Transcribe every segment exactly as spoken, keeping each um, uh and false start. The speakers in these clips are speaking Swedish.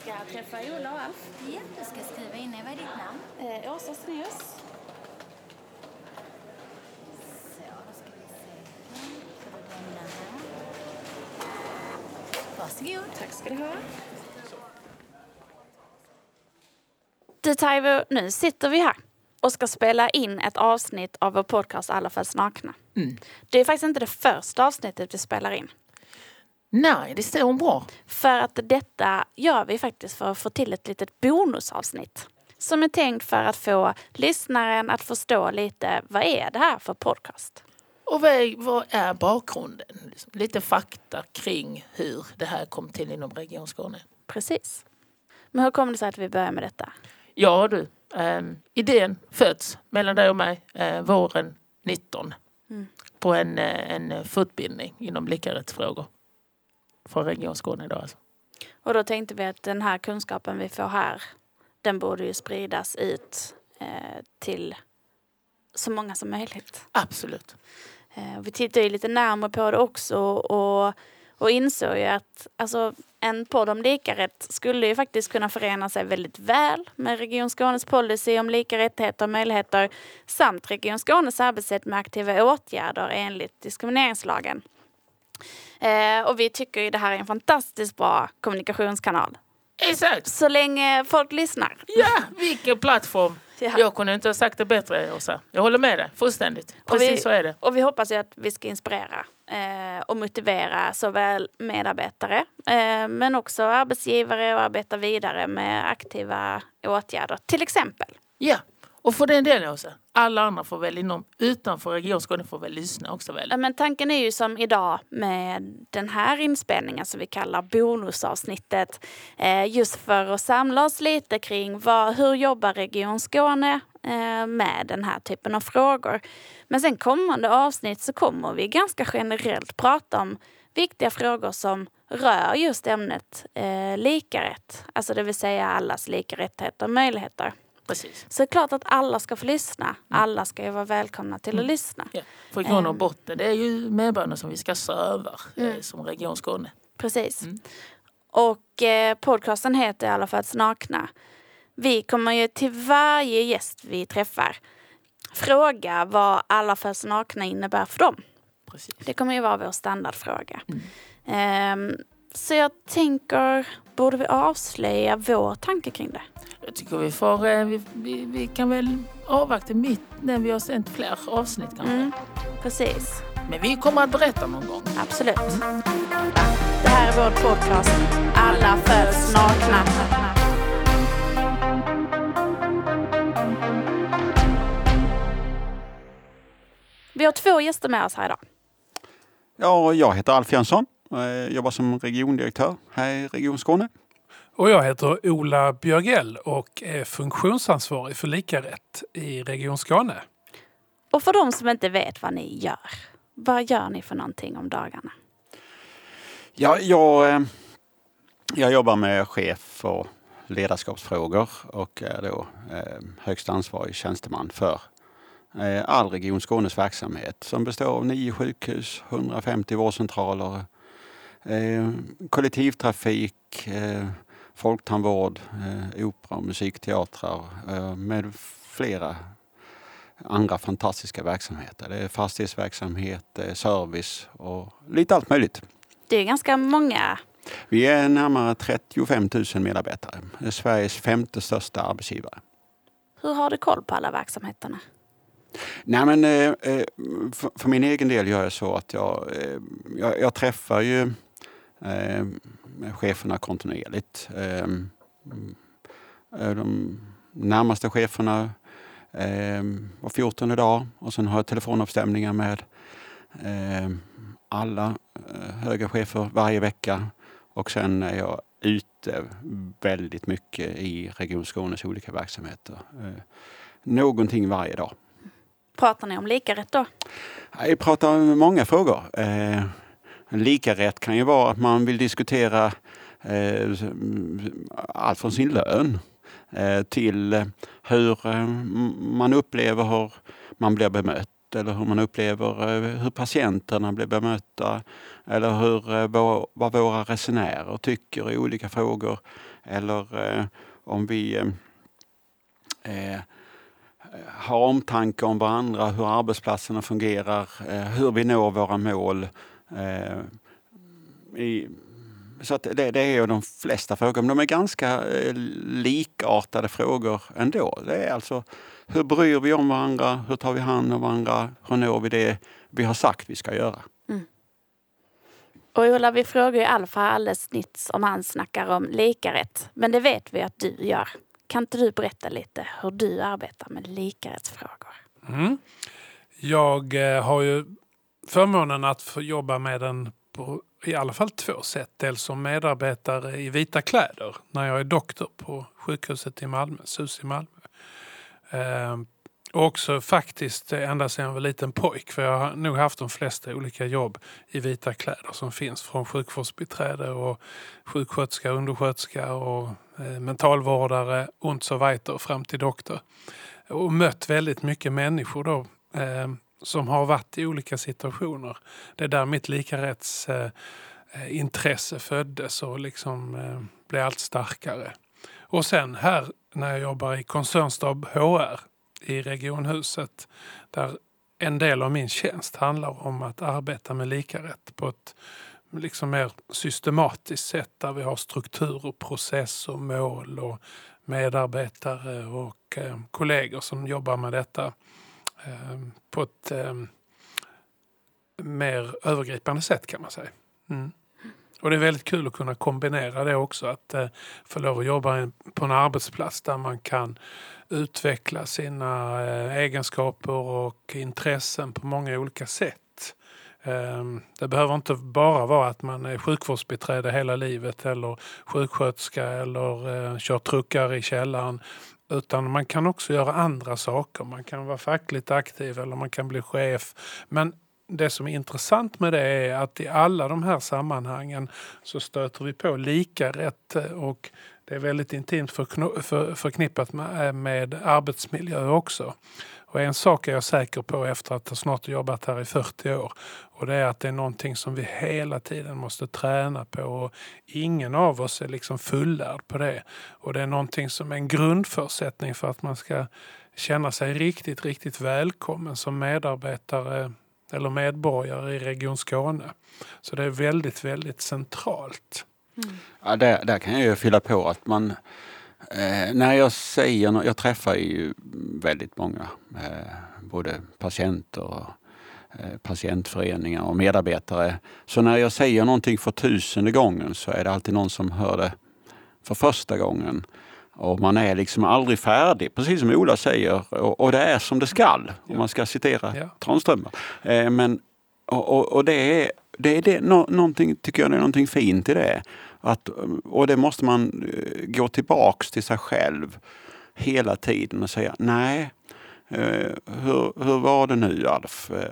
ska träffa Ola och Alf. Ja, du ska skriva in. Vad är ditt namn? Eh, Åsa Snus. Så, då ska vi se. Får du lämna här. Varsågod. Tack ska du ha. Du Taivo, nu sitter vi här och ska spela in ett avsnitt av vår podcast Alla föds nakna. Mm. Det är faktiskt inte det första avsnittet vi spelar in. Nej, det stämmer bra. För att detta gör vi faktiskt för att få till ett litet bonusavsnitt. Som är tänkt för att få lyssnaren att förstå lite, vad är det här för podcast? Och vad är, vad är bakgrunden? Liksom, lite fakta kring hur det här kom till inom Region Skåne. Precis. Men hur kom det sig att vi börjar med detta? Ja du, eh, idén föds mellan dig och mig eh, våren nitton. Mm. På en, en fortbildning inom likarättsfrågor. Från Region Skåne idag alltså. Och då tänkte vi att den här kunskapen vi får här, den borde ju spridas ut eh, till så många som möjligt. Absolut. Eh, vi tittar ju lite närmare på det också och, och insåg ju att alltså, en podd om likarätt skulle ju faktiskt kunna förena sig väldigt väl med Region Skånes policy om lika rättigheter och möjligheter samt Region Skånes arbetssätt med aktiva åtgärder enligt diskrimineringslagen. Eh, och vi tycker ju det här är en fantastiskt bra kommunikationskanal. Exakt. Så länge folk lyssnar. Ja, vilken plattform. Ja. Jag kunde inte ha sagt det bättre, Åsa. Jag håller med dig, fullständigt. Precis vi, så är det. Och vi hoppas ju att vi ska inspirera eh, och motivera såväl medarbetare eh, men också arbetsgivare och arbeta vidare med aktiva åtgärder. Till exempel. Ja, och för den delen också. Alla andra får väl inom, utanför Region Skåne får väl lyssna också väl. Ja, men tanken är ju som idag med den här inspelningen som vi kallar bonusavsnittet. Eh, just för att samla oss lite kring vad, hur jobbar Region Skåne eh, med den här typen av frågor. Men sen kommande avsnitt så kommer vi ganska generellt prata om viktiga frågor som rör just ämnet eh, likarätt. Alltså det vill säga allas lika rättigheter och möjligheter. Precis. Så det är klart att alla ska få lyssna. Alla ska ju vara välkomna till att lyssna. Ja. För i grund och botten, det är ju medborgarna som vi ska serva mm. eh, som Region Skåne. Precis. Mm. Och eh, podcasten heter Alla föds nakna. Vi kommer ju till varje gäst vi träffar fråga vad Alla föds nakna innebär för dem. Precis. Det kommer ju vara vår standardfråga. Mm. Eh, så jag tänker, borde vi avslöja vår tanke kring det? Jag tycker vi får, eh, vi, vi, vi kan väl avvakta mitt när vi har sänt fler avsnitt kanske. Mm, precis. Men vi kommer att berätta någon gång. Absolut. Mm. Det här är vår podcast. Alla föds nakna. Vi har två gäster med oss här idag. Ja, jag heter Alf Jönsson. Jag jobbar som regiondirektör här i Region Skåne. Och jag heter Ola Björgell och är funktionsansvarig för likarätt i Region Skåne. Och för de som inte vet vad ni gör, vad gör ni för någonting om dagarna? Ja, jag, jag jobbar med chef och ledarskapsfrågor och är då eh, högst ansvarig tjänsteman för eh, all Region Skånes verksamhet som består av nio sjukhus, hundrafemtio vårdcentraler, eh, kollektivtrafik, eh, folktandvård, eh, opera och musikteatrar eh, med flera andra fantastiska verksamheter. Det är fastighetsverksamhet, det är service och lite allt möjligt. Det är ganska många. Vi är närmare trettiofem tusen medarbetare. Det är Sveriges femte största arbetsgivare. Hur har du koll på alla verksamheterna? Nej, men eh, för, för min egen del gör jag så att jag, eh, jag, jag träffar ju eh, cheferna kontinuerligt. Eh, de närmaste cheferna eh, var fjortonde dag och sen har jag telefonavstämningar med eh, alla eh, höga chefer varje vecka och sen är jag ute väldigt mycket i Region Skånes olika verksamheter. Eh, någonting varje dag. Pratar ni om likarätt då? Jag pratar om många frågor. Eh, likarätt kan ju vara att man vill diskutera eh, allt från sin lön eh, till hur eh, man upplever hur man blir bemött bemött eller hur man upplever eh, hur patienterna blir bemötta eller hur, eh, vår, vad våra resenärer tycker i olika frågor eller eh, om vi eh, har omtanke om varandra, hur arbetsplatserna fungerar, eh, hur vi når våra mål. Eh, i, så att det, det är ju de flesta frågor, men de är ganska eh, likartade frågor ändå. Det är alltså hur bryr vi om varandra, hur tar vi hand om varandra, hur når vi det vi har sagt vi ska göra. Mm. Och Ola, vi frågar ju Alf här alldeles nytt om han snackar om likarätt, men det vet vi att du gör. Kan inte du berätta lite hur du arbetar med likarättsfrågor? Mm. Jag eh, har ju förmånen att få jobba med den på i alla fall två sätt. Dels som medarbetare i vita kläder när jag är doktor på sjukhuset i Malmö, S U S i Malmö. Eh, och också faktiskt ända sedan jag var liten pojk, för jag har nog haft de flesta olika jobb i vita kläder som finns, från sjukvårdsbiträde och sjuksköterska, undersköterska och eh, mentalvårdare, und so weiter fram till doktor. Och mött väldigt mycket människor då eh, som har varit i olika situationer. Det är där mitt likarätts eh, intresse föddes och liksom eh, blev allt starkare. Och sen här när jag jobbar i koncernstab H R i regionhuset, där en del av min tjänst handlar om att arbeta med likarätt på ett liksom mer systematiskt sätt, där vi har struktur och process och mål och medarbetare och eh, kollegor som jobbar med detta eh, på ett eh, mer övergripande sätt, kan man säga. Mm. Och det är väldigt kul att kunna kombinera det också, att eh, få lov att jobba på en arbetsplats där man kan utveckla sina eh, egenskaper och intressen på många olika sätt. Eh, det behöver inte bara vara att man är sjukvårdsbiträde hela livet eller sjuksköterska eller eh, kör truckar i källaren, utan man kan också göra andra saker. Man kan vara fackligt aktiv eller man kan bli chef. Men det som är intressant med det är att i alla de här sammanhangen så stöter vi på likarätt, och det är väldigt intimt förkno- för, förknippat med, med arbetsmiljö också. Och en sak är jag säker på efter att ha snart jobbat här i fyrtio år, och det är att det är någonting som vi hela tiden måste träna på, och ingen av oss är liksom fullärd på det. Och det är någonting som är en grundförutsättning för att man ska känna sig riktigt, riktigt välkommen som medarbetare eller medborgare i Region Skåne. Så det är väldigt, väldigt centralt. Mm. Ja, där, där kan jag ju fylla på att man, eh, när jag säger, jag träffar ju väldigt många, eh, både patienter och eh, patientföreningar och medarbetare. Så när jag säger någonting för tusende gången så är det alltid någon som hör det för första gången. Och man är liksom aldrig färdig, precis som Ola säger. Och, och det är som det skall, om man ska citera Ja. Tranströmer. Eh, men, och, och, och det är, det är det, no, någonting, tycker jag det är någonting fint i det. Att, och det måste man uh, gå tillbaks till sig själv hela tiden och säga, nej, uh, hur, hur var det nu, Alf? Uh,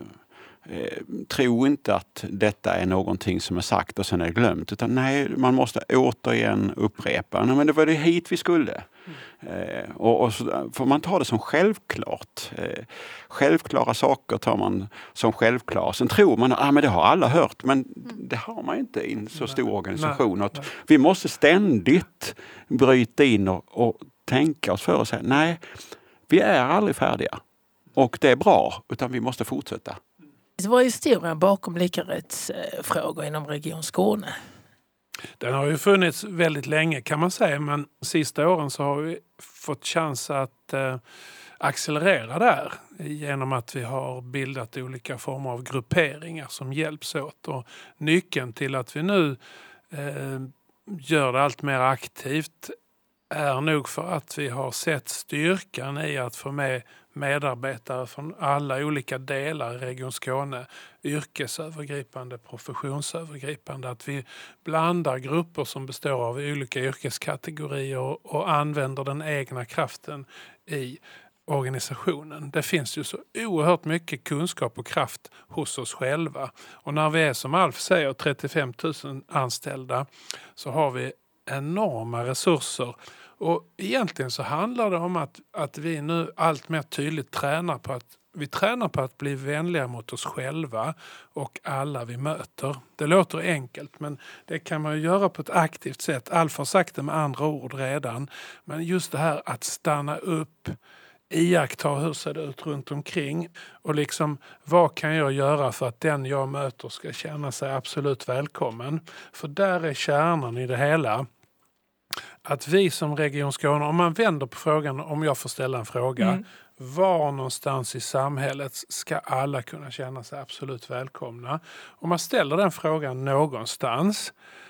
Eh, tro inte att detta är någonting som är sagt och sen är glömt, utan nej, man måste återigen upprepa. Nej, men det var det hit vi skulle. Mm. Eh, och, och så får man ta det som självklart. Eh, självklara saker tar man som självklara. Sen tror man att ah, men det har alla hört, men mm. det har man inte i en så stor organisation. Nej, nej. Vi måste ständigt bryta in och, och tänka oss för och säga nej, vi är aldrig färdiga. Och det är bra, utan vi måste fortsätta. Vad är historien bakom likarättsfrågor inom Region Skåne? Den har ju funnits väldigt länge, kan man säga, men sista åren så har vi fått chans att eh, accelerera där genom att vi har bildat olika former av grupperingar som hjälps åt. Och nyckeln till att vi nu eh, gör det allt mer aktivt är nog för att vi har sett styrkan i att få med medarbetare från alla olika delar i Region Skåne, yrkesövergripande, professionsövergripande, att vi blandar grupper som består av olika yrkeskategorier och, och använder den egna kraften i organisationen. Det finns ju så oerhört mycket kunskap och kraft hos oss själva, och när vi är, som Alf säger, trettiofem tusen anställda, så har vi enorma resurser. Och egentligen så handlar det om att, att vi nu allt mer tydligt tränar på att vi tränar på att bli vänliga mot oss själva och alla vi möter. Det låter enkelt, men det kan man ju göra på ett aktivt sätt. Alf har sagt det med andra ord redan. Men just det här att stanna upp, iaktta hur ser det ut runt omkring och liksom vad kan jag göra för att den jag möter ska känna sig absolut välkommen. För där är kärnan i det hela. Att vi som Region Skåne, om man vänder på frågan, om jag får ställa en fråga, mm. var någonstans i samhället ska alla kunna känna sig absolut välkomna? Om man ställer den frågan någonstans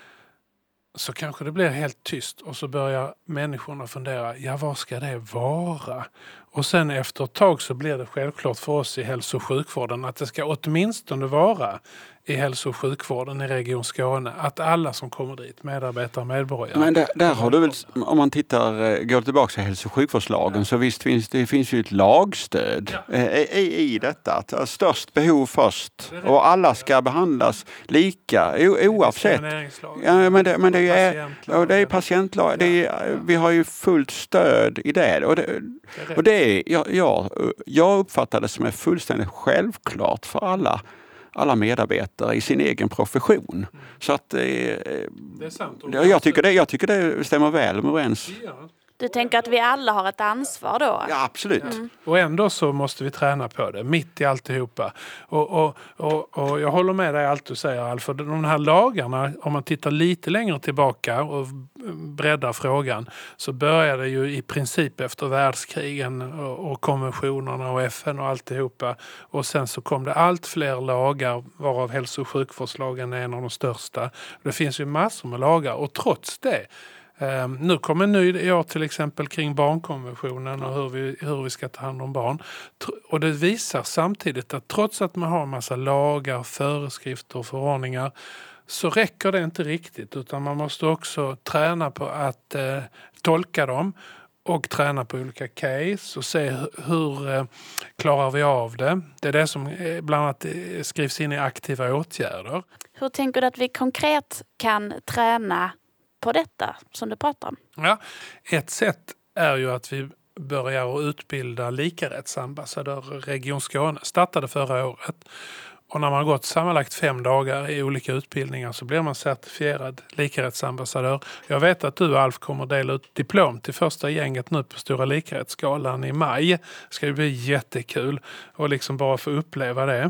så kanske det blir helt tyst och så börjar människorna fundera, ja vad ska det vara? Och sen efter ett tag så blir det självklart för oss i hälso- och sjukvården att det ska åtminstone vara i hälso- och sjukvården i Region Skåne. Att alla som kommer dit, medarbetare och medborgare. Men där, där har du väl, om man tittar, går tillbaka till hälso- och sjukvårdslagen, ja. Så visst finns det finns ju ett lagstöd ja. i, i detta. Att störst behov först. Och alla ska behandlas lika o, oavsett. Ja, men det, men det är, och det är patientlag. Det är, vi har ju fullt stöd i det. Och det, och det är, jag, jag, jag uppfattar det som är fullständigt självklart för alla. alla medarbetare i sin egen profession. Mm. Så att eh, det är sant. Jag tycker det, jag tycker det stämmer väl med överens. Ja. Du tänker att vi alla har ett ansvar då? Ja, absolut. Mm. Och ändå så måste vi träna på det, mitt i alltihopa. Och, och, och, och jag håller med dig allt du säger, Alf. För de här lagarna, om man tittar lite längre tillbaka och breddar frågan, så började det ju i princip efter världskrigen och, och konventionerna och F N och alltihopa. Och sen så kom det allt fler lagar, varav hälso- och sjukvårdslagen är en av de största. Det finns ju massor med lagar och trots det, Um, nu kommer en ny år till exempel kring barnkonventionen och hur vi, hur vi ska ta hand om barn. Och det visar samtidigt att trots att man har en massa lagar, föreskrifter och förordningar så räcker det inte riktigt, utan man måste också träna på att eh, tolka dem och träna på olika case och se hur, hur eh, klarar vi av det. Det är det som eh, bland annat eh, skrivs in i aktiva åtgärder. Hur tänker du att vi konkret kan träna på detta som du pratar om? Ja, ett sätt är ju att vi börjar utbilda likarättsambassadörer. Region Skåne startade förra året. Och när man har gått sammanlagt fem dagar i olika utbildningar så blir man certifierad likarättsambassadör. Jag vet att du, Alf, kommer dela ut diplom till första gänget nu på Stora likarättsgalan i maj. Det ska ju bli jättekul att liksom bara få uppleva det.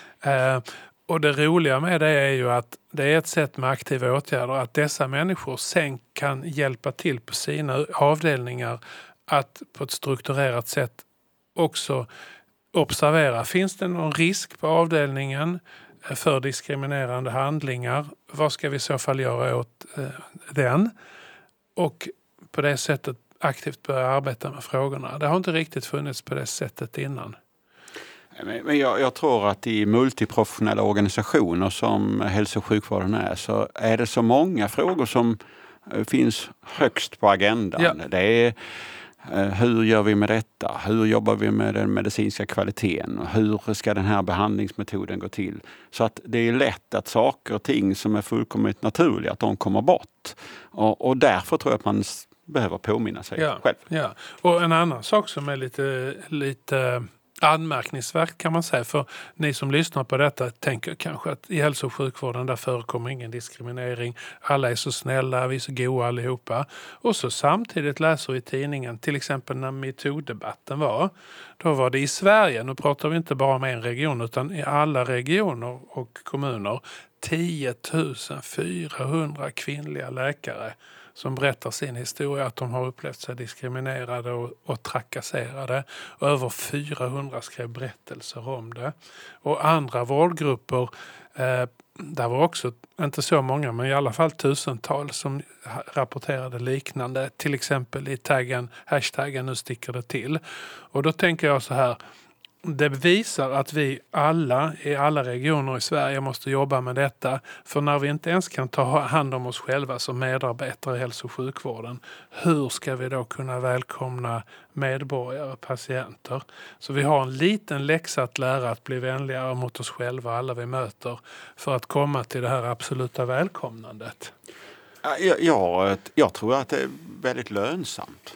Eh, Och det roliga med det är ju att det är ett sätt med aktiva åtgärder att dessa människor sen kan hjälpa till på sina avdelningar att på ett strukturerat sätt också observera. Finns det någon risk på avdelningen för diskriminerande handlingar? Vad ska vi i så fall göra åt eh, den? Och på det sättet aktivt börja arbeta med frågorna. Det har inte riktigt funnits på det sättet innan. Men jag, jag tror att i multiprofessionella organisationer som hälso- och sjukvården är, så är det så många frågor som finns högst på agendan. Ja. Det är hur gör vi med detta? Hur jobbar vi med den medicinska kvaliteten? Hur ska den här behandlingsmetoden gå till? Så att det är lätt att saker och ting som är fullkomligt naturliga, att de kommer bort. Och, och därför tror jag att man behöver påminna sig ja. själv. Ja. Och en annan sak som är lite... lite anmärkningsvärt kan man säga, för ni som lyssnar på detta tänker kanske att i hälso- och sjukvården där förekommer ingen diskriminering. Alla är så snälla, vi är så goa allihopa. Och så samtidigt läser vi i tidningen, till exempel när MeToo-debatten var, då var det i Sverige, nu pratar vi inte bara om en region utan i alla regioner och kommuner, tio tusen fyrahundra kvinnliga läkare som berättar sin historia att de har upplevt sig diskriminerade och, och trakasserade. Och över fyrahundra skrev berättelser om det. Och andra vårdgrupper, eh, där var också inte så många men i alla fall tusentals som rapporterade liknande. Till exempel i taggen, hashtaggen nu sticker det till. Och då tänker jag så här, det visar att vi alla i alla regioner i Sverige måste jobba med detta. För när vi inte ens kan ta hand om oss själva som medarbetare i hälso- och sjukvården, hur ska vi då kunna välkomna medborgare, patienter? Så vi har en liten läxa att lära att bli vänligare mot oss själva, alla vi möter, för att komma till det här absoluta välkomnandet. Jag, jag, jag tror att det är väldigt lönsamt.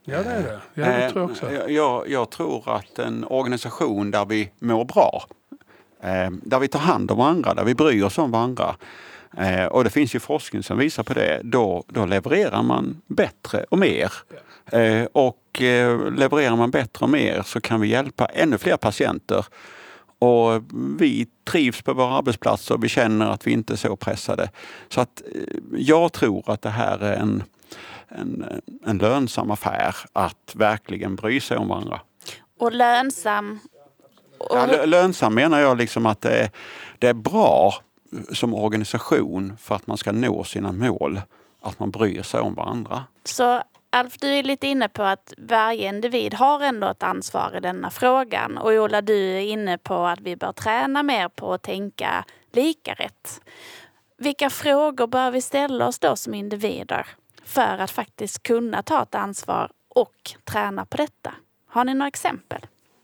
Ja, det är det. Ja, det Eh, tror jag också. Jag, jag tror att en organisation där vi mår bra, eh, där vi tar hand om varandra, där vi bryr oss om varandra, eh, och det finns ju forskning som visar på det, då, då levererar man bättre och mer. Eh, och eh, levererar man bättre och mer så kan vi hjälpa ännu fler patienter. Och vi trivs på våra arbetsplatser och vi känner att vi inte är så pressade. Så att eh, jag tror att det här är en En, en lönsam affär att verkligen bry sig om varandra. Och lönsam... Och... Ja, lö- lönsam menar jag liksom att det är, det är bra som organisation för att man ska nå sina mål. Att man bryr sig om varandra. Så Alf, du är lite inne på att varje individ har ändå ett ansvar i denna frågan. Och Ola, du är inne på att vi bör träna mer på att tänka lika rätt. Vilka frågor bör vi ställa oss då som individer för att faktiskt kunna ta ett ansvar och träna på detta? Har ni några exempel?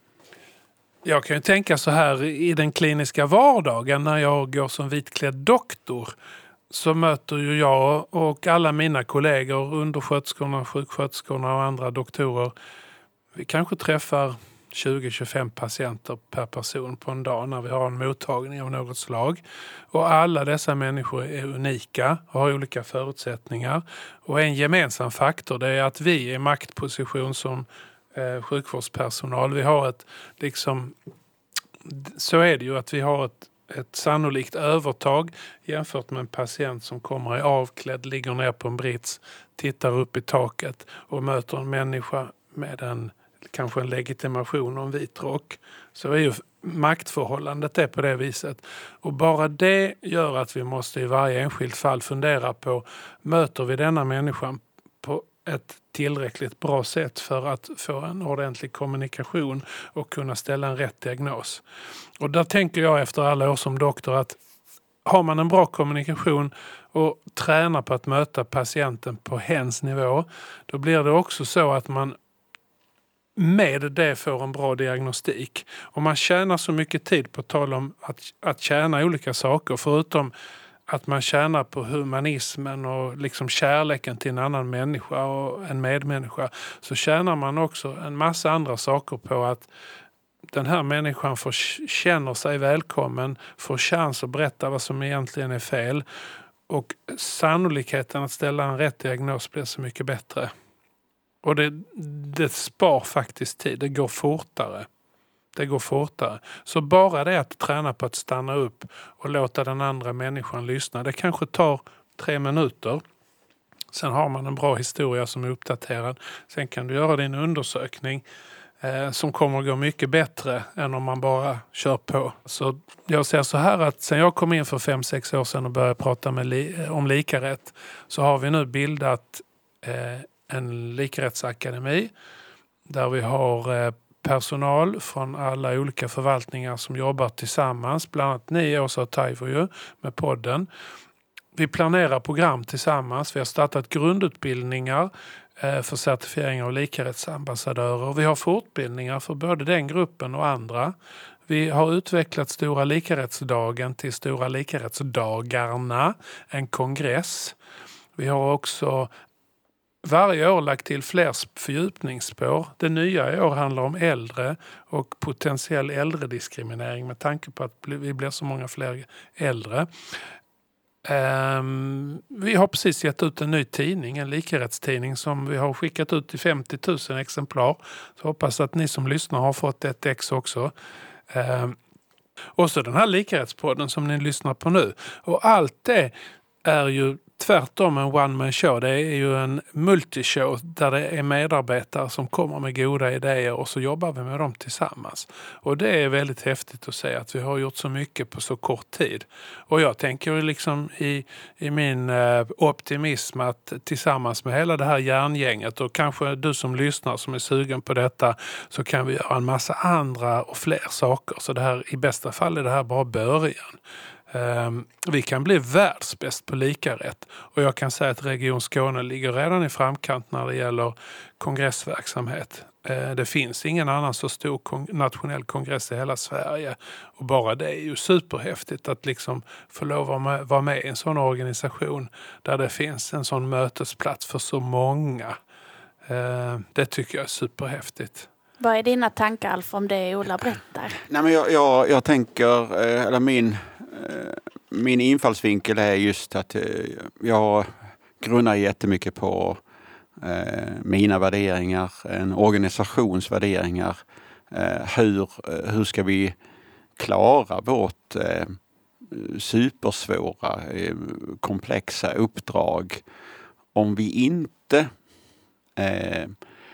Jag kan ju tänka så här, i den kliniska vardagen när jag går som vitklädd doktor, så möter ju jag och alla mina kollegor, undersköterskorna, sjuksköterskorna och andra doktorer, vi kanske träffar tjugo till tjugofem patienter per person på en dag när vi har en mottagning av något slag. Och alla dessa människor är unika och har olika förutsättningar. Och en gemensam faktor, det är att vi är i maktposition som eh, sjukvårdspersonal. Vi har ett, liksom, så är det ju att vi har ett ett sannolikt övertag jämfört med en patient som kommer i avklädd, ligger ner på en brits, tittar upp i taket och möter en människa med en kanske en legitimation och en vit rock. Så är ju maktförhållandet är på det viset. Och bara det gör att vi måste i varje enskilt fall fundera på, möter vi denna människan på ett tillräckligt bra sätt för att få en ordentlig kommunikation och kunna ställa en rätt diagnos. Och där tänker jag efter alla år som doktor att har man en bra kommunikation och tränar på att möta patienten på hens nivå, då blir det också så att man med det får en bra diagnostik. Och man tjänar så mycket tid på att tala om att, att tjäna olika saker, förutom att man tjänar på humanismen och liksom kärleken till en annan människa och en medmänniska, så tjänar man också en massa andra saker på att den här människan får, känner sig välkommen, får chans att berätta vad som egentligen är fel, och sannolikheten att ställa en rätt diagnos blir så mycket bättre. Och det, det spar faktiskt tid, det går fortare. Det går fortare. Så bara det att träna på att stanna upp och låta den andra människan lyssna, det kanske tar tre minuter. Sen har man en bra historia som är uppdaterad. Sen kan du göra din undersökning eh, som kommer att gå mycket bättre än om man bara kör på. Så jag ser så här att sen jag kom in för fem sex år sedan och började prata med li- om likarätt, så har vi nu bildat eh, en likarättsakademi där vi har eh, personal från alla olika förvaltningar som jobbar tillsammans. Bland annat ni, Åsa och Taivo ju, med podden. Vi planerar program tillsammans. Vi har startat grundutbildningar eh, för certifiering av likarättsambassadörer. Vi har fortbildningar för både den gruppen och andra. Vi har utvecklat Stora likarättsdagen till Stora likarättsdagarna, en kongress. Vi har också varje år lagt till fler fördjupningsspår. Det nya i år handlar om äldre och potentiell äldrediskriminering med tanke på att vi blir så många fler äldre. Um, vi har precis gett ut en ny tidning, en likarättstidning som vi har skickat ut till femtio tusen exemplar. Så hoppas att ni som lyssnar har fått ett ex också. Um, och så den här likarättspodden som ni lyssnar på nu. Och allt det är ju tvärtom en one-man show. Det är ju en multishow där det är medarbetare som kommer med goda idéer och så jobbar vi med dem tillsammans. Och det är väldigt häftigt att se att vi har gjort så mycket på så kort tid. Och jag tänker liksom i, i min eh, optimism att tillsammans med hela det här järngänget, och kanske du som lyssnar som är sugen på detta, så kan vi göra en massa andra och fler saker. Så det här, i bästa fall är det här bara början. Um, vi kan bli världsbäst på likarätt, och jag kan säga att Region Skåne ligger redan i framkant när det gäller kongressverksamhet. Uh, det finns ingen annan så stor kon- nationell kongress i hela Sverige, och bara det är ju superhäftigt att liksom få lov att med, vara med i en sån organisation där det finns en sån mötesplats för så många. Eh, det tycker jag är superhäftigt. Vad är dina tankar, Alf, om det Ola berättar? Nej, men jag, jag, jag tänker, eller min, min infallsvinkel är just att jag grunnar jättemycket på mina värderingar, en organisations värderingar. Hur, hur ska vi klara vårt supersvåra, komplexa uppdrag om vi inte eh,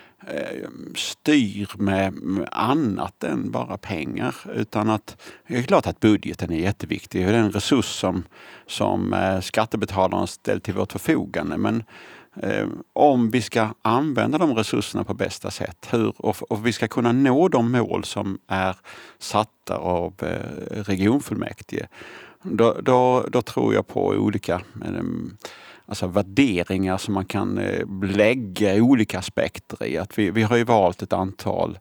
styr med annat än bara pengar, utan att det är klart att budgeten är jätteviktig. Det är en resurs som, som skattebetalarna ställt till vårt förfogande, men eh, om vi ska använda de resurserna på bästa sätt, hur, och, och vi ska kunna nå de mål som är satta av eh, regionfullmäktige, då, då, då tror jag på olika eh, Alltså värderingar som man kan eh, lägga olika aspekter i. Att vi, vi har ju valt ett antal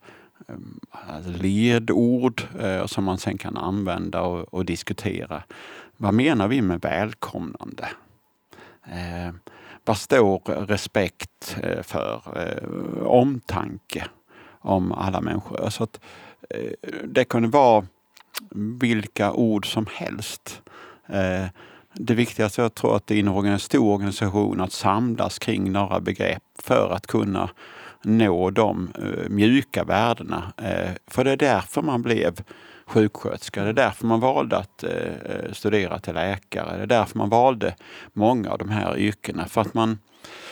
eh, ledord eh, som man sen kan använda och, och diskutera. Vad menar vi med välkomnande? Eh, vad står respekt eh, för? Eh, omtanke om alla människor. Alltså att, eh, det kunde vara vilka ord som helst. Eh, Det viktigaste jag tror att det är en stor organisation att samlas kring några begrepp för att kunna nå de uh, mjuka värdena. Uh, för det är därför man blev sjuksköterska, det är därför man valde att uh, studera till läkare, det är därför man valde många av de här yrkena. För att man,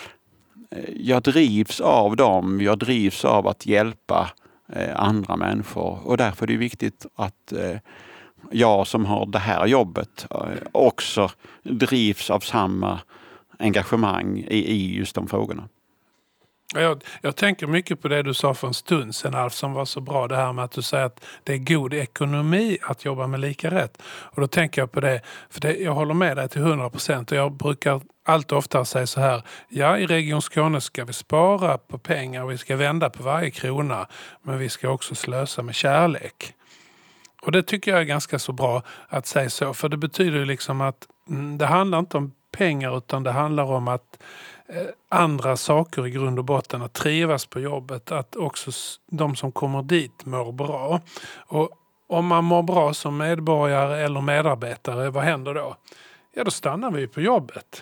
uh, jag drivs av dem, jag drivs av att hjälpa uh, andra människor, och därför är det viktigt att uh, jag som har det här jobbet också drivs av samma engagemang i, i just de frågorna. Jag, jag tänker mycket på det du sa för en stund sedan, Alf, som var så bra, det här med att du säger att det är god ekonomi att jobba med lika rätt. Och då tänker jag på det, för det, jag håller med dig till hundra procent, och jag brukar allt oftare säga så här: ja, i Region Skåne ska vi spara på pengar och vi ska vända på varje krona, men vi ska också slösa med kärlek. Och det tycker jag är ganska så bra att säga så, för det betyder ju liksom att mm, det handlar inte om pengar, utan det handlar om att eh, andra saker i grund och botten, att trivas på jobbet, att också de som kommer dit mår bra. Och om man mår bra som medborgare eller medarbetare, vad händer då? Ja, då stannar vi på jobbet.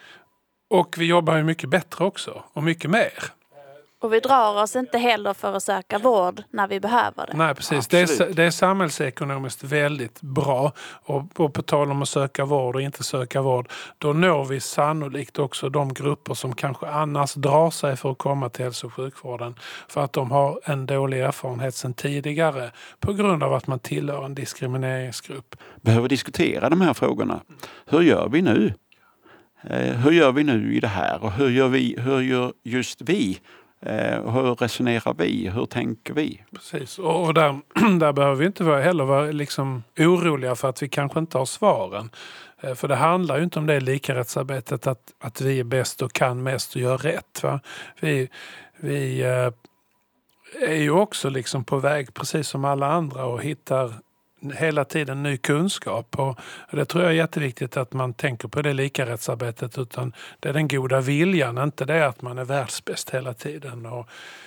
Och vi jobbar ju mycket bättre också, och mycket mer. Och vi drar oss inte heller för att söka vård när vi behöver det. Nej, precis. Det är, det är samhällsekonomiskt väldigt bra. Och, och på tal om att söka vård och inte söka vård, då når vi sannolikt också de grupper som kanske annars drar sig för att komma till hälso- och sjukvården, för att de har en dålig erfarenhet sedan tidigare på grund av att man tillhör en diskrimineringsgrupp. Behöver diskutera de här frågorna. Hur gör vi nu? Eh, hur gör vi nu i det här? Och hur gör vi? Hur gör just vi? Eh, hur resonerar vi? Hur tänker vi? Precis, och, och där, där behöver vi inte vara, heller vara liksom oroliga för att vi kanske inte har svaren. Eh, för det handlar ju inte om det likarättsarbetet att, att vi är bäst och kan mest och gör rätt. Va? Vi, vi eh, är ju också liksom på väg, precis som alla andra, och hittar hela tiden ny kunskap, och det tror jag är jätteviktigt att man tänker på det likarättsarbetet, utan det är den goda viljan, inte det att man är världsbäst hela tiden. Och,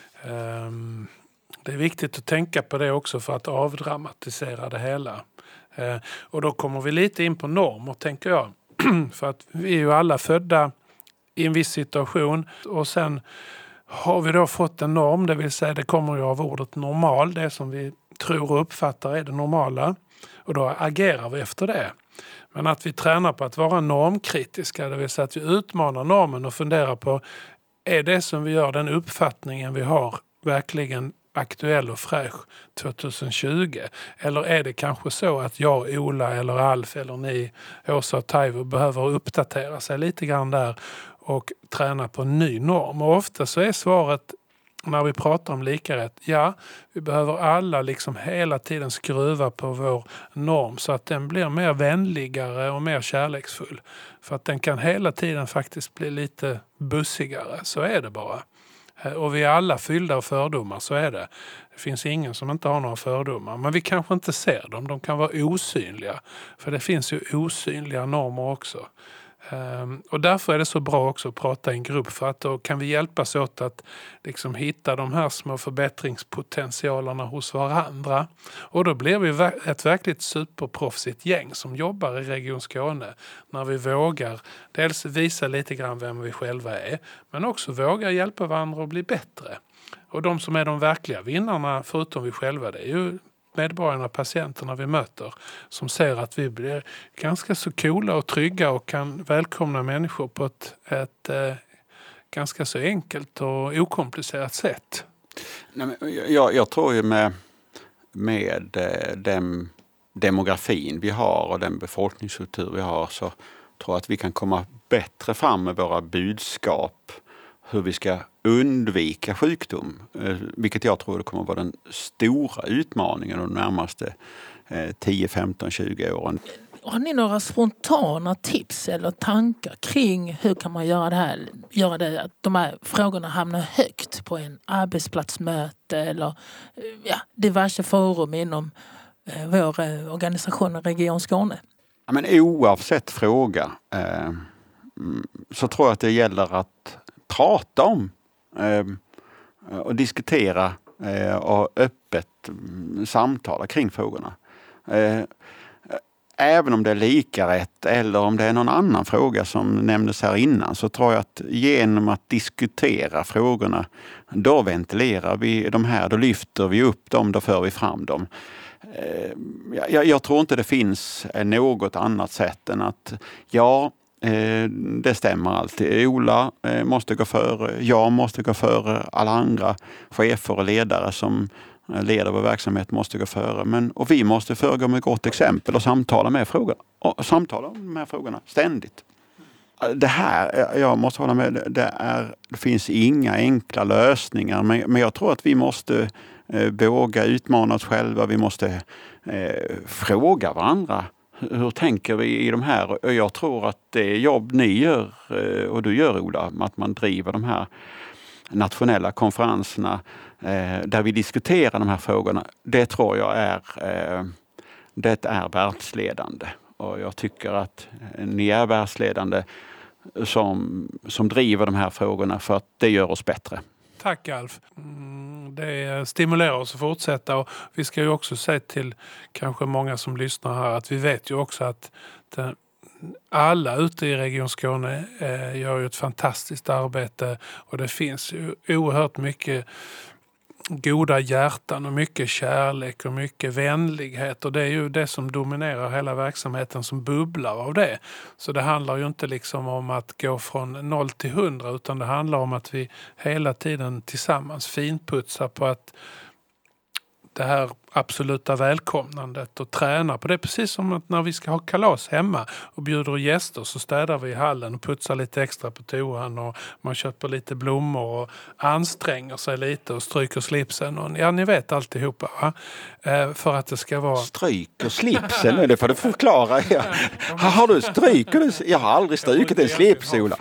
um, det är viktigt att tänka på det också för att avdramatisera det hela. Uh, och då kommer vi lite in på normer, tänker jag. För att vi är ju alla födda i en viss situation, och sen har vi då fått en norm, det vill säga det kommer ju av ordet normal, det som vi tror och uppfattar är det normala, och då agerar vi efter det. Men att vi tränar på att vara normkritiska, det vill säga att vi utmanar normen och funderar på, är det som vi gör, den uppfattningen vi har, verkligen aktuell och fräsch tjugohundratjugo? Eller är det kanske så att jag, Ola eller Alf eller ni, Åsa och Taivo, behöver uppdatera sig lite grann där och träna på en ny norm? Och ofta så är svaret, när vi pratar om likarätt, ja, vi behöver alla liksom hela tiden skruva på vår norm så att den blir mer vänligare och mer kärleksfull. För att den kan hela tiden faktiskt bli lite bussigare, så är det bara. Och vi är alla fyllda av fördomar, så är det. Det finns ingen som inte har några fördomar, men vi kanske inte ser dem, de kan vara osynliga. För det finns ju osynliga normer också. Um, och därför är det så bra också att prata i en grupp, för att då kan vi hjälpas åt att liksom hitta de här små förbättringspotentialerna hos varandra. Och då blir vi ett verkligt superproffsigt gäng som jobbar i Region Skåne när vi vågar dels visa lite grann vem vi själva är, men också vågar hjälpa varandra att bli bättre. Och de som är de verkliga vinnarna förutom vi själva, det är ju medborgarna, patienterna vi möter, som ser att vi blir ganska så coola och trygga och kan välkomna människor på ett, ett eh, ganska så enkelt och okomplicerat sätt. Nej, men jag, jag tror ju med, med den demografin vi har och den befolkningsstruktur vi har, så tror jag att vi kan komma bättre fram med våra budskap hur vi ska undvika sjukdom, vilket jag tror det kommer att vara den stora utmaningen de närmaste tio, femton, tjugo åren. Har ni några spontana tips eller tankar kring hur kan man göra det här, göra det att de här frågorna hamnar högt på en arbetsplatsmöte eller ja, diverse forum inom eh, vår organisation Region Skåne? Ja, men oavsett fråga eh, så tror jag att det gäller att prata om eh, och diskutera eh, och öppet samtala kring frågorna. Eh, även om det är lika rätt eller om det är någon annan fråga som nämndes här innan, så tror jag att genom att diskutera frågorna, då ventilerar vi de här, då lyfter vi upp dem, då för vi fram dem. Eh, jag, jag tror inte det finns något annat sätt än att ja, det stämmer alltid. Ola måste gå före, jag måste gå före, alla andra chefer och ledare som leder vår verksamhet måste gå före. Men, och vi måste föregå med gott exempel och samtala med frågor. Och samtala om de här frågorna ständigt. Det här, jag måste hålla med, det, är, det finns inga enkla lösningar. Men, men jag tror att vi måste eh, våga utmana oss själva. Vi måste eh, fråga varandra. Hur tänker vi i de här? Jag tror att det jobb ni gör och du gör, Ola, att man driver de här nationella konferenserna där vi diskuterar de här frågorna, det tror jag är, det är världsledande. Och jag tycker att ni är världsledande som, som driver de här frågorna, för att det gör oss bättre. Tack Alf. Det stimulerar oss att fortsätta, och vi ska ju också säga till kanske många som lyssnar här att vi vet ju också att den, alla ute i Region Skåne eh, gör ju ett fantastiskt arbete, och det finns ju oerhört mycket goda hjärtan och mycket kärlek och mycket vänlighet, och det är ju det som dominerar hela verksamheten, som bubblar av det. Så det handlar ju inte liksom om att gå från noll till hundra, utan det handlar om att vi hela tiden tillsammans finputsar på att det här absoluta välkomnandet och träna på det. Precis som att när vi ska ha kalas hemma och bjuder gäster, så städar vi i hallen och putsar lite extra på toan, och man köper lite blommor och anstränger sig lite och stryker slipsen. Och, ja, ni vet alltihopa, va? Eh, för att det ska vara... Stryker slipsen? Det får du förklara. Ja. Har du stryker? Jag har aldrig strykit en slips, Ola.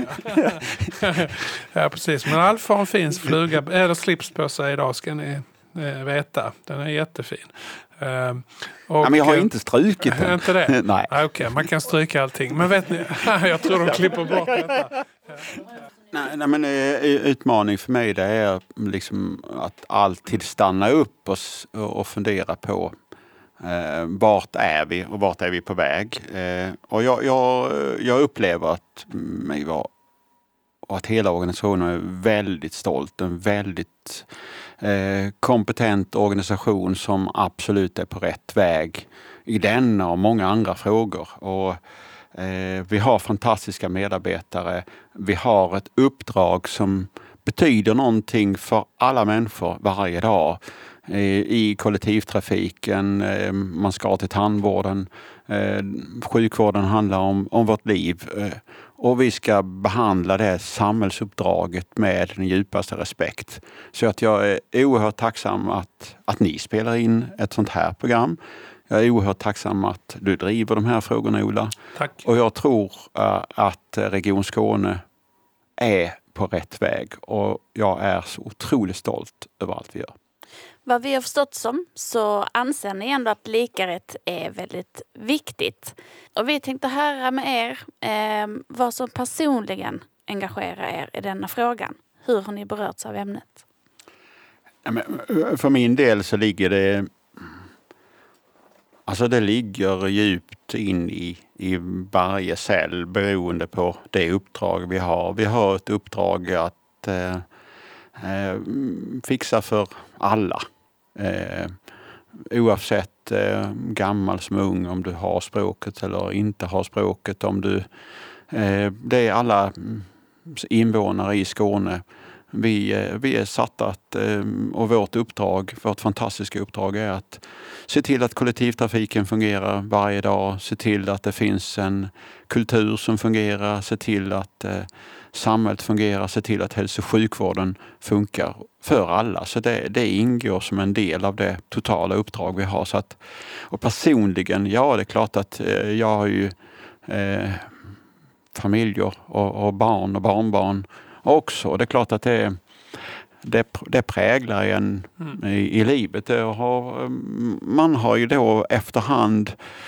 Ja, precis. Men Alf har en fin fluga, eller slips på sig idag, ska ni veta. Den är jättefin. Uh, och, ja, men jag har inte strukit den. Inte det? Nej. Ah, Okej, okay. Man kan stryka allting. Men vet ni, jag tror de klipper bort detta. Nej, nej, men utmaning för mig, det är liksom att alltid stanna upp och, och fundera på eh, vart är vi och vart är vi på väg. Eh, och jag, jag, jag upplever att mig var och att hela organisationen är väldigt stolt. En väldigt eh, kompetent organisation som absolut är på rätt väg i denna och många andra frågor. Och, eh, vi har fantastiska medarbetare. Vi har ett uppdrag som betyder någonting för alla människor varje dag. Eh, I kollektivtrafiken, eh, man ska till tandvården. Eh, sjukvården handlar om, om vårt liv. Eh, Och vi ska behandla det samhällsuppdraget med den djupaste respekt. Så att jag är oerhört tacksam att, att ni spelar in ett sånt här program. Jag är oerhört tacksam att du driver de här frågorna, Ola. Tack. Och jag tror uh, att Region Skåne är på rätt väg. Och jag är så otroligt stolt över allt vi gör. Vad vi har förstått som så anser ni ändå att likarätt är väldigt viktigt. Och vi tänkte höra med er eh, vad som personligen engagerar er i denna frågan. Hur har ni berörts av ämnet? Ja, men för min del så ligger det alltså det ligger djupt in i, i varje cell beroende på det uppdrag vi har. Vi har ett uppdrag att eh, eh, fixa för alla. Eh, oavsett eh, gammal som ung, om du har språket eller inte har språket. Om du, eh, det är alla invånare i Skåne. Vi, eh, vi är satta att, eh, och vårt uppdrag, vårt fantastiska uppdrag är att se till att kollektivtrafiken fungerar varje dag. Se till att det finns en kultur som fungerar. Se till att eh, samhället fungerar. Se till att hälso- och sjukvården funkar för alla. Så det, det ingår som en del av det totala uppdrag vi har. Så att, och personligen, ja det är klart att eh, jag har ju eh, familjer och, och barn och barnbarn också. Det är klart att det, det, det präglar en mm. i, i livet. Det har, man har ju då efterhand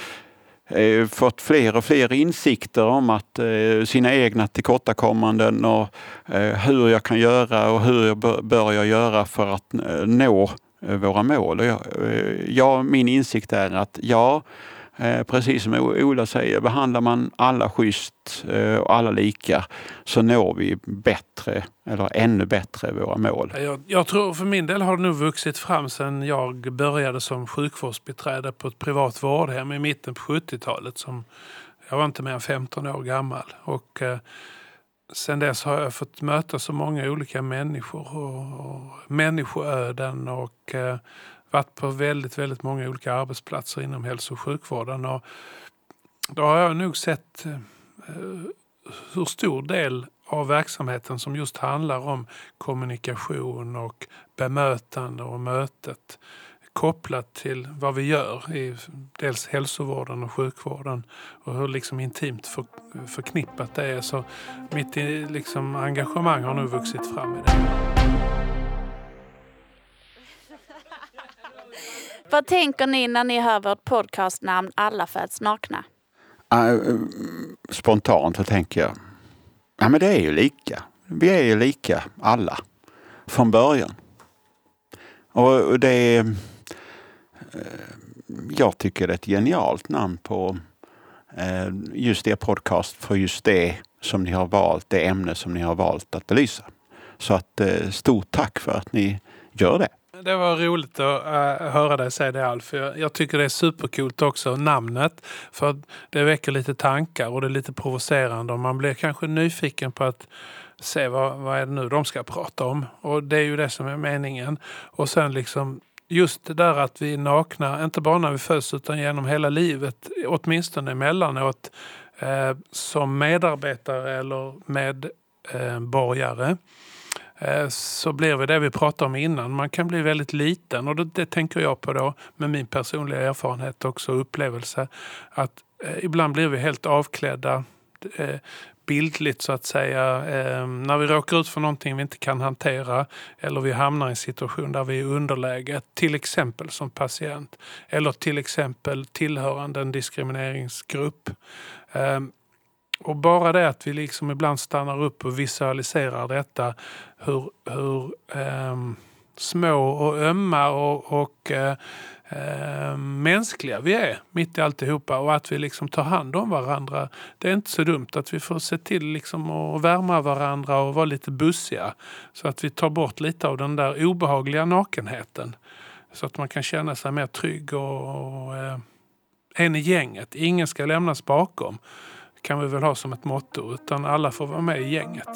eh, fått fler och fler insikter om att eh, sina egna tillkortakommanden och eh, hur jag kan göra och hur jag bör, bör jag göra för att eh, nå eh, våra mål. Och jag, eh, ja, min insikt är att ja, Eh, precis som Ola säger, behandlar man alla schysst eh, och alla lika så når vi bättre eller ännu bättre våra mål. Jag, jag tror för min del har det nog vuxit fram sedan jag började som sjukvårdsbiträde på ett privat vårdhem i mitten på sjuttiotalet. Som, jag var inte mer än femton år gammal och eh, sen dess har jag fått möta så många olika människor och, och människoöden och eh, varit på väldigt, väldigt många olika arbetsplatser inom hälso- och sjukvården. Och då har jag nog sett eh, hur stor del av verksamheten som just handlar om kommunikation och bemötande och mötet kopplat till vad vi gör i dels hälsovården och sjukvården och hur liksom intimt för, förknippat det är. Så mitt liksom, engagemang har nu vuxit fram i det. Vad tänker ni när ni hör vårt podcastnamn Alla föds nakna? Uh, spontant så tänker jag, ja men det är ju lika. Vi är ju lika alla från början. Och det är, uh, jag tycker det är ett genialt namn på uh, just det podcast för just det som ni har valt, det ämne som ni har valt att belysa. Så att uh, stort tack för att ni gör det. Det var roligt att uh, höra dig säga det, Alf. Jag, jag tycker det är supercoolt också, namnet. För det väcker lite tankar och det är lite provocerande. Och man blir kanske nyfiken på att se vad, vad är det nu de ska prata om. Och det är ju det som är meningen. Och sen liksom just det där att vi är nakna, inte bara när vi föds utan genom hela livet. Åtminstone emellanåt eh, som medarbetare eller medborgare. Eh, så blir det det vi pratade om innan. Man kan bli väldigt liten och det, det tänker jag på då med min personliga erfarenhet också och upplevelse att eh, ibland blir vi helt avklädda eh, bildligt så att säga eh, när vi råkar ut för någonting vi inte kan hantera eller vi hamnar i en situation där vi är underläge, till exempel som patient eller till exempel tillhörande en diskrimineringsgrupp. Eh, Och bara det att vi liksom ibland stannar upp och visualiserar detta, hur, hur eh, små och ömma och, och eh, eh, mänskliga vi är mitt i alltihopa och att vi liksom tar hand om varandra. Det är inte så dumt att vi får se till liksom att värma varandra och vara lite bussiga så att vi tar bort lite av den där obehagliga nakenheten så att man kan känna sig mer trygg och, och eh, en i gänget. Ingen ska lämnas bakom. Kan vi väl ha som ett motto, utan alla får vara med i gänget.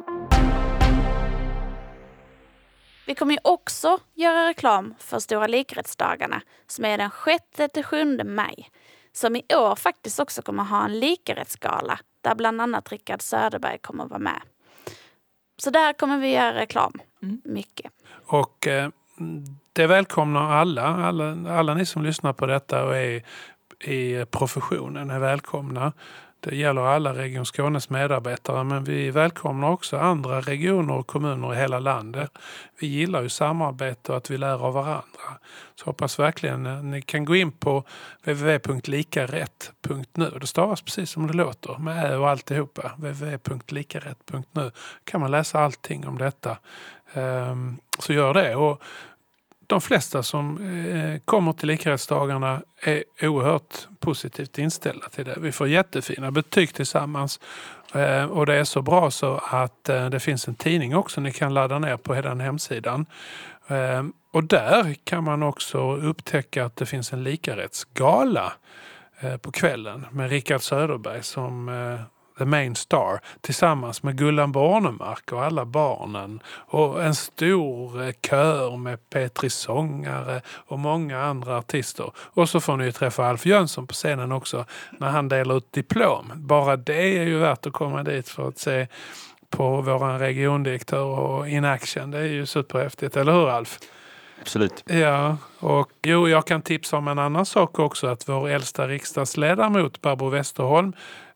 Vi kommer ju också göra reklam för Stora likarättsdagarna som är den sjätte till sjunde maj. Som i år faktiskt också kommer ha en likarättsgala där bland annat Rickard Söderberg kommer att vara med. Så där kommer vi göra reklam. Mm. Mycket. Och eh, det välkomnar alla, alla, alla ni som lyssnar på detta och är i professionen är välkomna. Det gäller alla Region Skånes medarbetare, men vi välkomnar också andra regioner och kommuner i hela landet. Vi gillar ju samarbete och att vi lär av varandra. Så hoppas verkligen ni kan gå in på w w w punkt likarätt punkt nu. Det stavas precis som det låter, med ä och alltihopa. w w w punkt likarätt punkt nu kan man läsa allting om detta. Um, så gör det. Och de flesta som eh, kommer till likarättsdagarna är oerhört positivt inställda till det. Vi får jättefina betyg tillsammans eh, och det är så bra så att eh, det finns en tidning också ni kan ladda ner på hela den hemsidan. Eh, och där kan man också upptäcka att det finns en likarättsgala eh, på kvällen med Rickard Söderberg som eh, The Main Star tillsammans med Gullan Bornemark och alla barnen och en stor kör med Petri sångare och många andra artister. Och så får ni ju träffa Alf Jönsson på scenen också när han delar ut diplom. Bara det är ju värt att komma dit för att se på våran regiondirektör och in action. Det är ju superhäftigt, eller hur Alf? Absolut. Ja, och jo, jag kan tipsa om en annan sak också, att vår äldsta riksdagsledamot Barbro Westerholm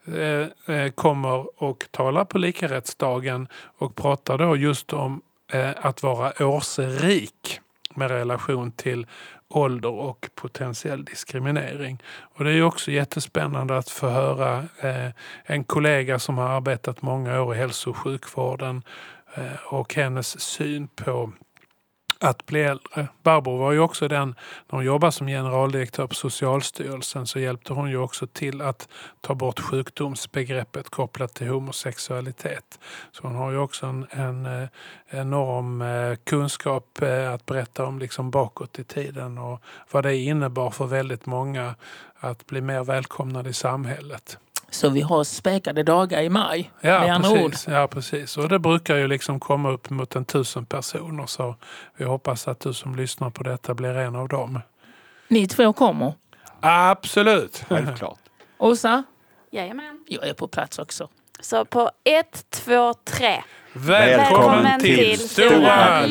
eh, kommer och talar på likarättsdagen och pratar då just om eh, att vara årsrik med relation till ålder och potentiell diskriminering. Och det är ju också jättespännande att få höra eh, en kollega som har arbetat många år i hälso- och sjukvården eh, och hennes syn på att bli äldre. Barbro var ju också den, när hon jobbade som generaldirektör på Socialstyrelsen så hjälpte hon ju också till att ta bort sjukdomsbegreppet kopplat till homosexualitet. Så hon har ju också en, en enorm kunskap att berätta om liksom bakåt i tiden och vad det innebar för väldigt många att bli mer välkomnade i samhället. Så vi har späkade dagar i maj, ja, med andra precis, ord. Ja, precis. Och det brukar ju liksom komma upp mot en tusen personer. Så vi hoppas att du som lyssnar på detta blir en av dem. Ni två kommer? Absolut. Självklart. Åsa? Jajamän. Jag är på plats också. Så på ett, två, tre. Välkommen, Välkommen till, till Stora Stora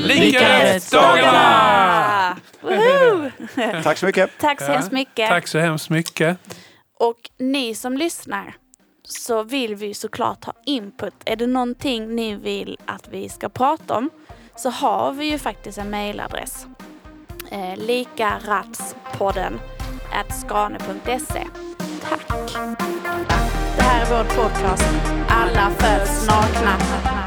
likarättsdagarna! Woho! Tack så mycket. Tack så Ja, hemskt mycket. Tack så hemskt mycket. Och ni som lyssnar, så vill vi såklart ha input. Är det någonting ni vill att vi ska prata om, så har vi ju faktiskt en mejladress. Eh, likaratspodden at skane punkt se. Tack! Det här är vår podcast. Alla föds nakna.